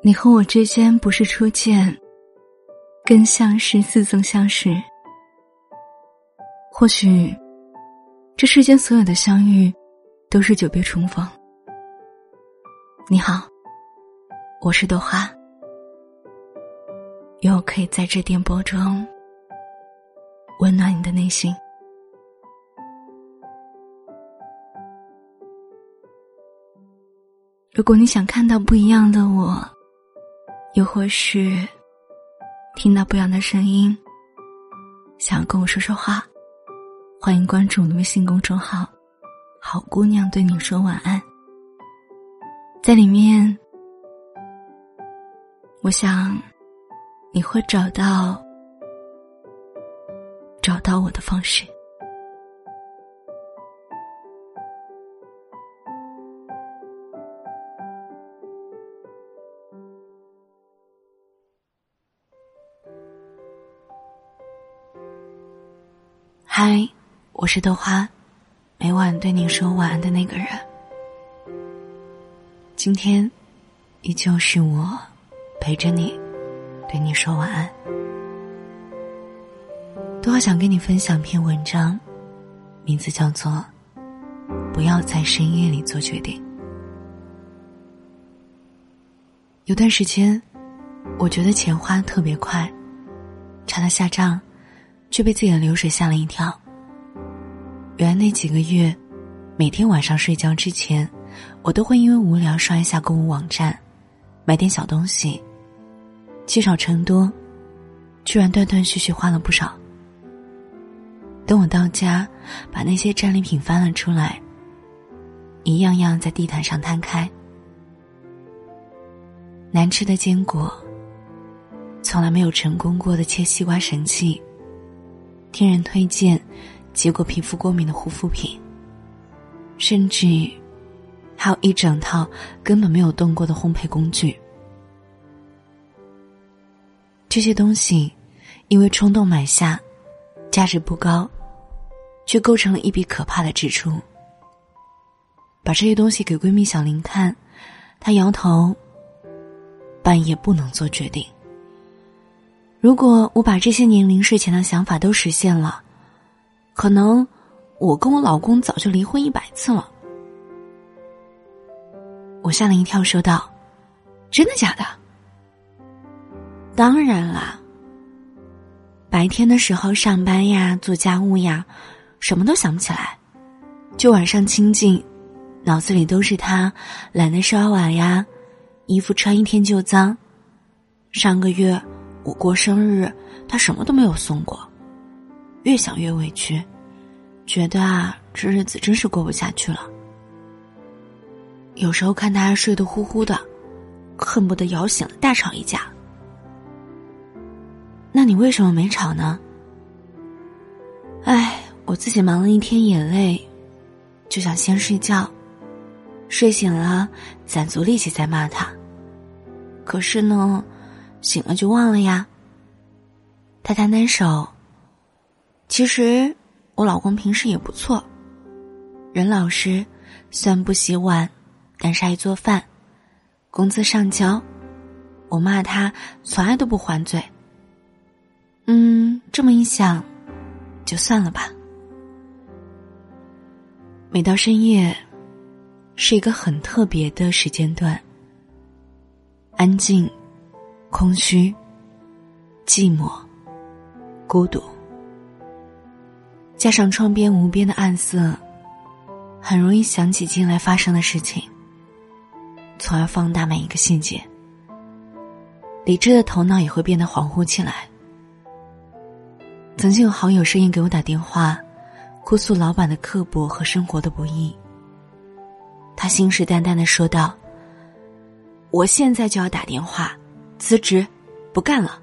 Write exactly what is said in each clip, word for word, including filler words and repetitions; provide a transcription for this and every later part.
你和我之间不是初见，更像是似曾相识。或许这世间所有的相遇都是久别重逢。你好，我是朵花，愿我可以在这电波中温暖你的内心。如果你想看到不一样的我，又或是听到不一样的声音，想要跟我说说话，欢迎关注我的微信公众号好姑娘对你说晚安。在里面我想你会找到找到我的方式。嗨，我是豆花，每晚对你说晚安的那个人。今天依旧是我陪着你，对你说晚安。豆花想跟你分享篇文章，名字叫做不要在深夜里做决定。有段时间我觉得钱花特别快，差到下账却被自己的流水吓了一跳。原来那几个月每天晚上睡觉之前，我都会因为无聊刷一下购物网站，买点小东西，积少成多，居然断断续续花了不少。等我到家把那些战利品翻了出来，一样样在地毯上摊开。难吃的坚果，从来没有成功过的切西瓜神器，听人推荐结果皮肤过敏的护肤品，甚至还有一整套根本没有动过的烘焙工具。这些东西因为冲动买下，价值不高，却构成了一笔可怕的支出。把这些东西给闺蜜小林看，她摇头，半夜不能做决定。如果我把这些年临睡前的想法都实现了，可能我跟我老公早就离婚一百次了。我吓了一跳说道，真的假的？当然啦，白天的时候上班呀，做家务呀，什么都想不起来，就晚上清静，脑子里都是他懒得刷碗呀，衣服穿一天就脏，上个月我过生日他什么都没有送过，越想越委屈，觉得啊，这日子真是过不下去了。有时候看他睡得呼呼的，恨不得摇醒了大吵一架。那你为什么没吵呢？唉，我自己忙了一天也累，就想先睡觉，睡醒了攒足力气再骂他。可是呢，醒了就忘了呀。他摊摊手，其实我老公平时也不错，人老实，虽然不洗碗，但是爱做饭，工资上交，我骂他从来都不还嘴。嗯，这么一想，就算了吧。每到深夜，是一个很特别的时间段，安静、空虚、寂寞、孤独，加上窗边无边的暗色，很容易想起近来发生的事情，从而放大每一个细节。理智的头脑也会变得恍惚起来。曾经有好友深夜给我打电话，哭诉老板的刻薄和生活的不易。他信誓旦旦地说道，我现在就要打电话辞职，不干了。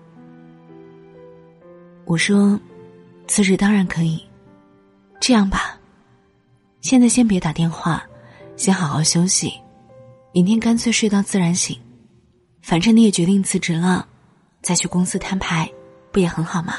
我说，辞职当然可以，这样吧，现在先别打电话，先好好休息，明天干脆睡到自然醒，反正你也决定辞职了，再去公司摊牌，不也很好吗？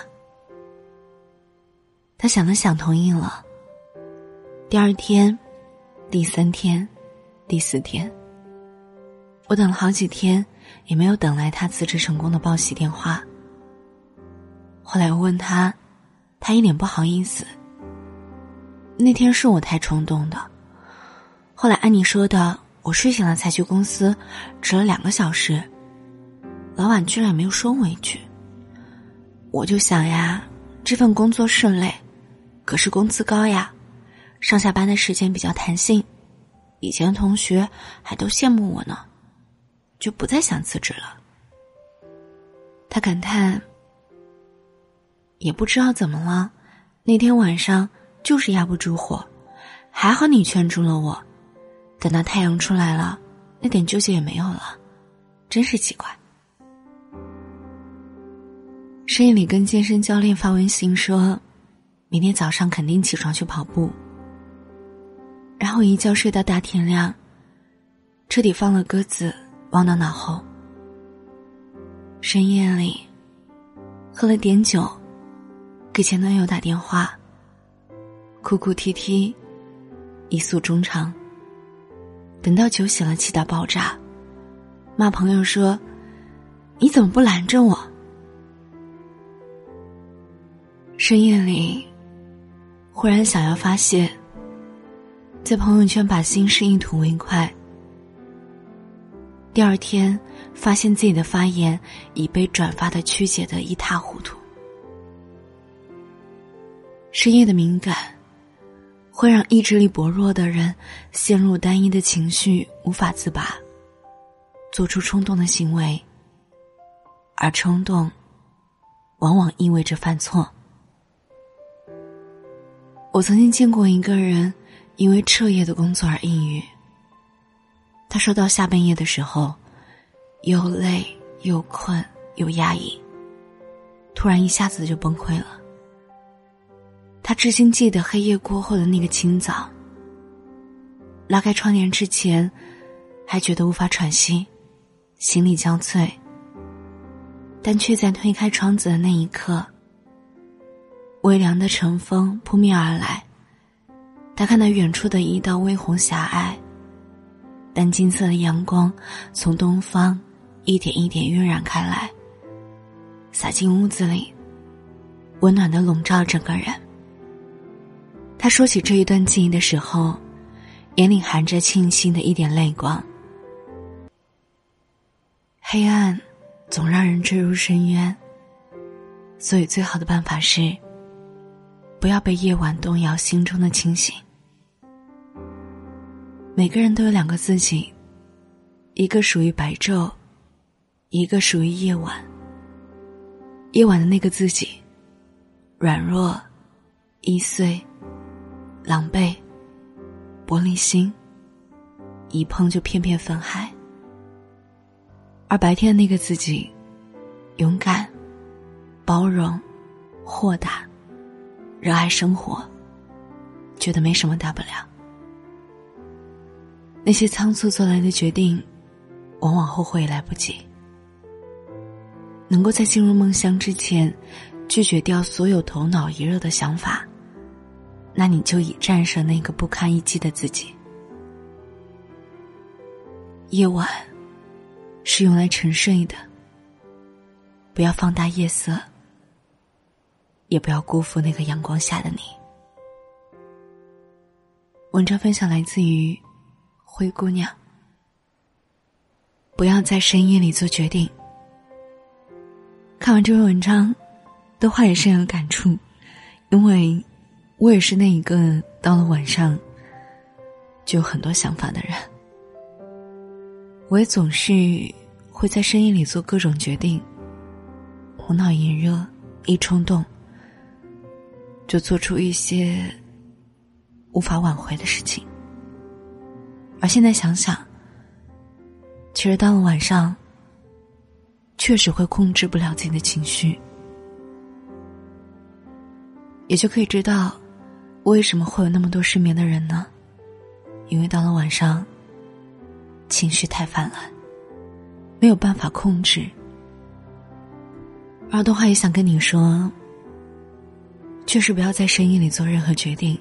他想了想同意了。第二天，第三天，第四天，我等了好几天， 也没有等来他辞职成功的报喜电话。后来我问他，他一脸不好意思。那天是我太冲动的，后来按你说的，我睡醒了才去公司，迟了两个小时，老板居然没有说我一句。我就想呀，这份工作是累，可是工资高呀，上下班的时间比较弹性，以前的同学还都羡慕我呢，就不再想辞职了。他感叹，也不知道怎么了，那天晚上就是压不住火，还好你劝住了我，等到太阳出来了，那点纠结也没有了，真是奇怪。深夜里跟健身教练发微信说，明天早上肯定起床去跑步，然后一觉睡到大天亮，彻底放了鸽子，忘到脑后。深夜里喝了点酒，给前男友打电话，哭哭啼啼，一诉衷肠。等到酒醒了，气到爆炸，骂朋友说，你怎么不拦着我？深夜里忽然想要发泄，在朋友圈把心事一吐为快。第二天发现自己的发言已被转发的曲解得一塌糊涂。深夜的敏感会让意志力薄弱的人陷入单一的情绪无法自拔，做出冲动的行为，而冲动往往意味着犯错。我曾经见过一个人因为彻夜的工作而抑郁，他说到下半夜的时候，又累又困又压抑，突然一下子就崩溃了。他至今记得黑夜过后的那个清早，拉开窗帘之前还觉得无法喘息，心力交瘁，但却在推开窗子的那一刻，微凉的晨风扑面而来，他看到远处的一道微红狭隘，但金色的阳光从东方一点一点晕染开来，洒进屋子里，温暖地笼罩整个人。他说起这一段记忆的时候，眼里含着庆幸的一点泪光。黑暗总让人坠入深渊，所以最好的办法是不要被夜晚动摇心中的清醒。每个人都有两个自己，一个属于白昼，一个属于夜晚。夜晚的那个自己，软弱、易碎、狼狈、玻璃心，一碰就片片分开。而白天的那个自己，勇敢、包容、豁达，热爱生活，觉得没什么大不了。那些仓促做来的决定，往往后悔也来不及。能够在进入梦乡之前拒绝掉所有头脑一热的想法，那你就已战胜那个不堪一击的自己。夜晚是用来沉睡的，不要放大夜色，也不要辜负那个阳光下的你。文章分享来自于灰姑娘。不要在深夜里做决定。看完这篇文章，的话也深有感触，因为我也是那一个到了晚上就有很多想法的人。我也总是会在深夜里做各种决定，头脑一热，一冲动就做出一些无法挽回的事情。而现在想想，其实到了晚上确实会控制不了自己的情绪，也就可以知道为什么会有那么多失眠的人呢？因为到了晚上情绪太泛滥，没有办法控制。而的话也想跟你说，确实不要在深夜里做任何决定，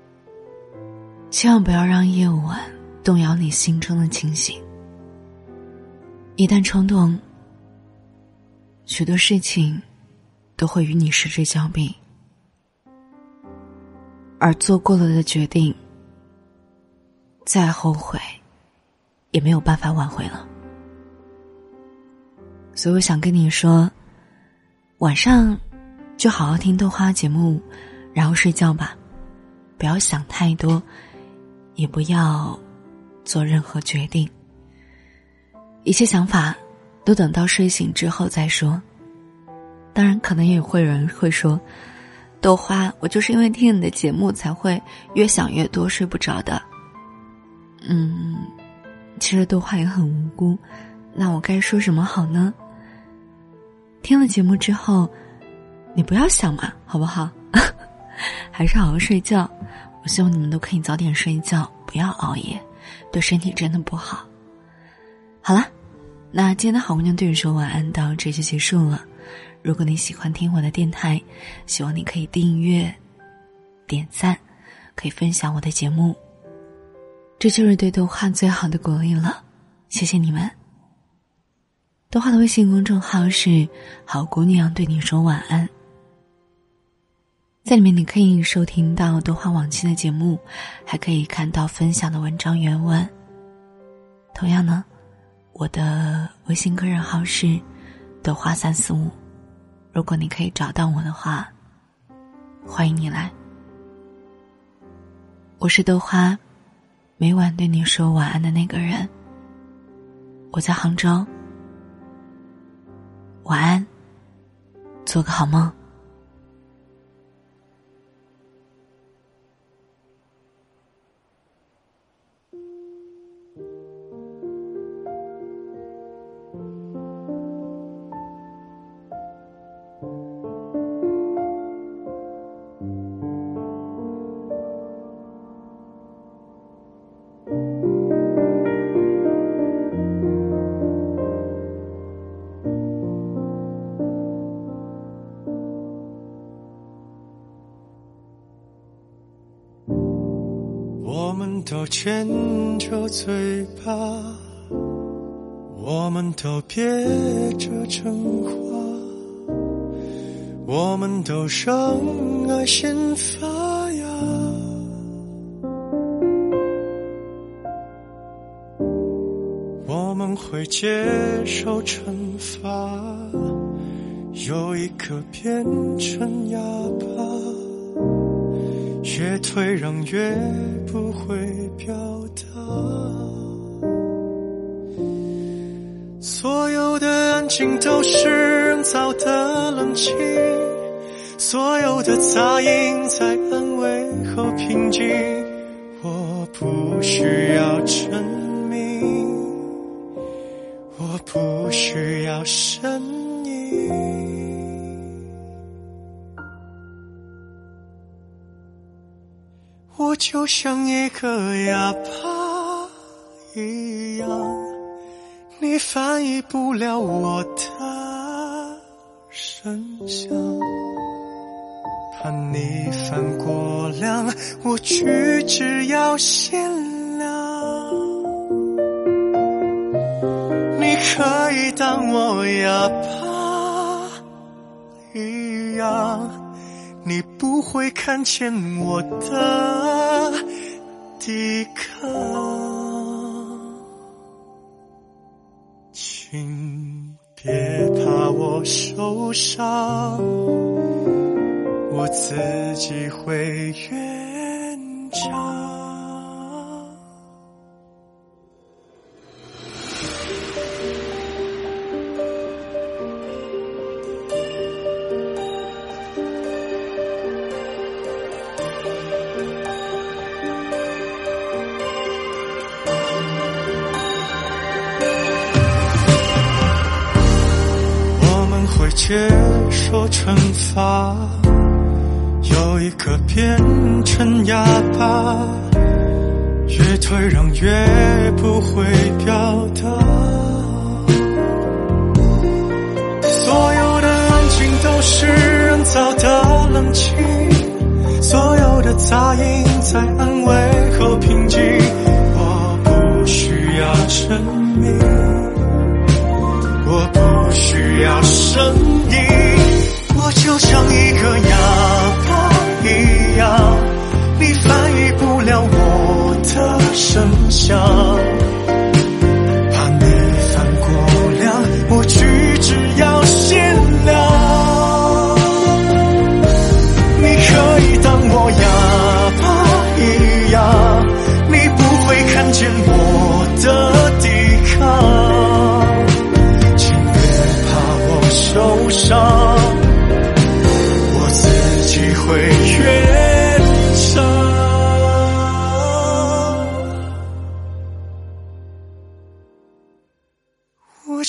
千万不要让夜晚动摇你心中的清醒。 一旦冲动，许多事情都会与你失之交臂，而做过了的决定，再后悔也没有办法挽回了。所以我想跟你说，晚上就好好听豆花节目，然后睡觉吧，不要想太多，也不要做任何决定，一切想法都等到睡醒之后再说。当然可能也会有人会说，豆花，我就是因为听你的节目才会越想越多睡不着的。嗯，其实豆花也很无辜，那我该说什么好呢？听了节目之后，你不要想嘛，好不好？还是好好睡觉。我希望你们都可以早点睡觉，不要熬夜，对身体真的不好。好了，那今天的好姑娘对你说晚安到这就结束了。如果你喜欢听我的电台，希望你可以订阅、点赞，可以分享我的节目，这就是对豆花最好的鼓励了。谢谢你们。豆花的微信公众号是好姑娘对你说晚安，在里面你可以收听到豆花往期的节目，还可以看到分享的文章原文。同样呢，我的微信个人号是豆花三四五，如果你可以找到我的话，欢迎你来。我是豆花，每晚对你说晚安的那个人。我在杭州，晚安，做个好梦。 我们都牵着嘴巴，我们都憋着真话，我们都让爱先发芽。我们会接受惩罚，有一刻变成哑巴，越退让越不会表达。所有的安静都是人造的冷清，所有的杂音在安慰后平静。我不需要证明，我不需要声音，我就像一个哑巴一样，你翻译不了我的声响，怕你犯过量，我举止要限量。你可以当我哑巴一样，你不会看见我的抵抗。请别怕我受伤，我自己会圆场。接受惩罚，有一刻变成哑巴，越退让越不会表达。所有的安静都是人造的冷清，所有的杂音在安慰后平静。我不需要证明，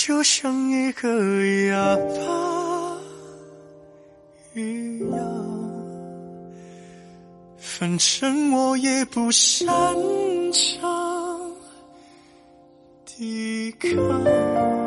就像一个哑巴一样，反正我也不擅长抵抗。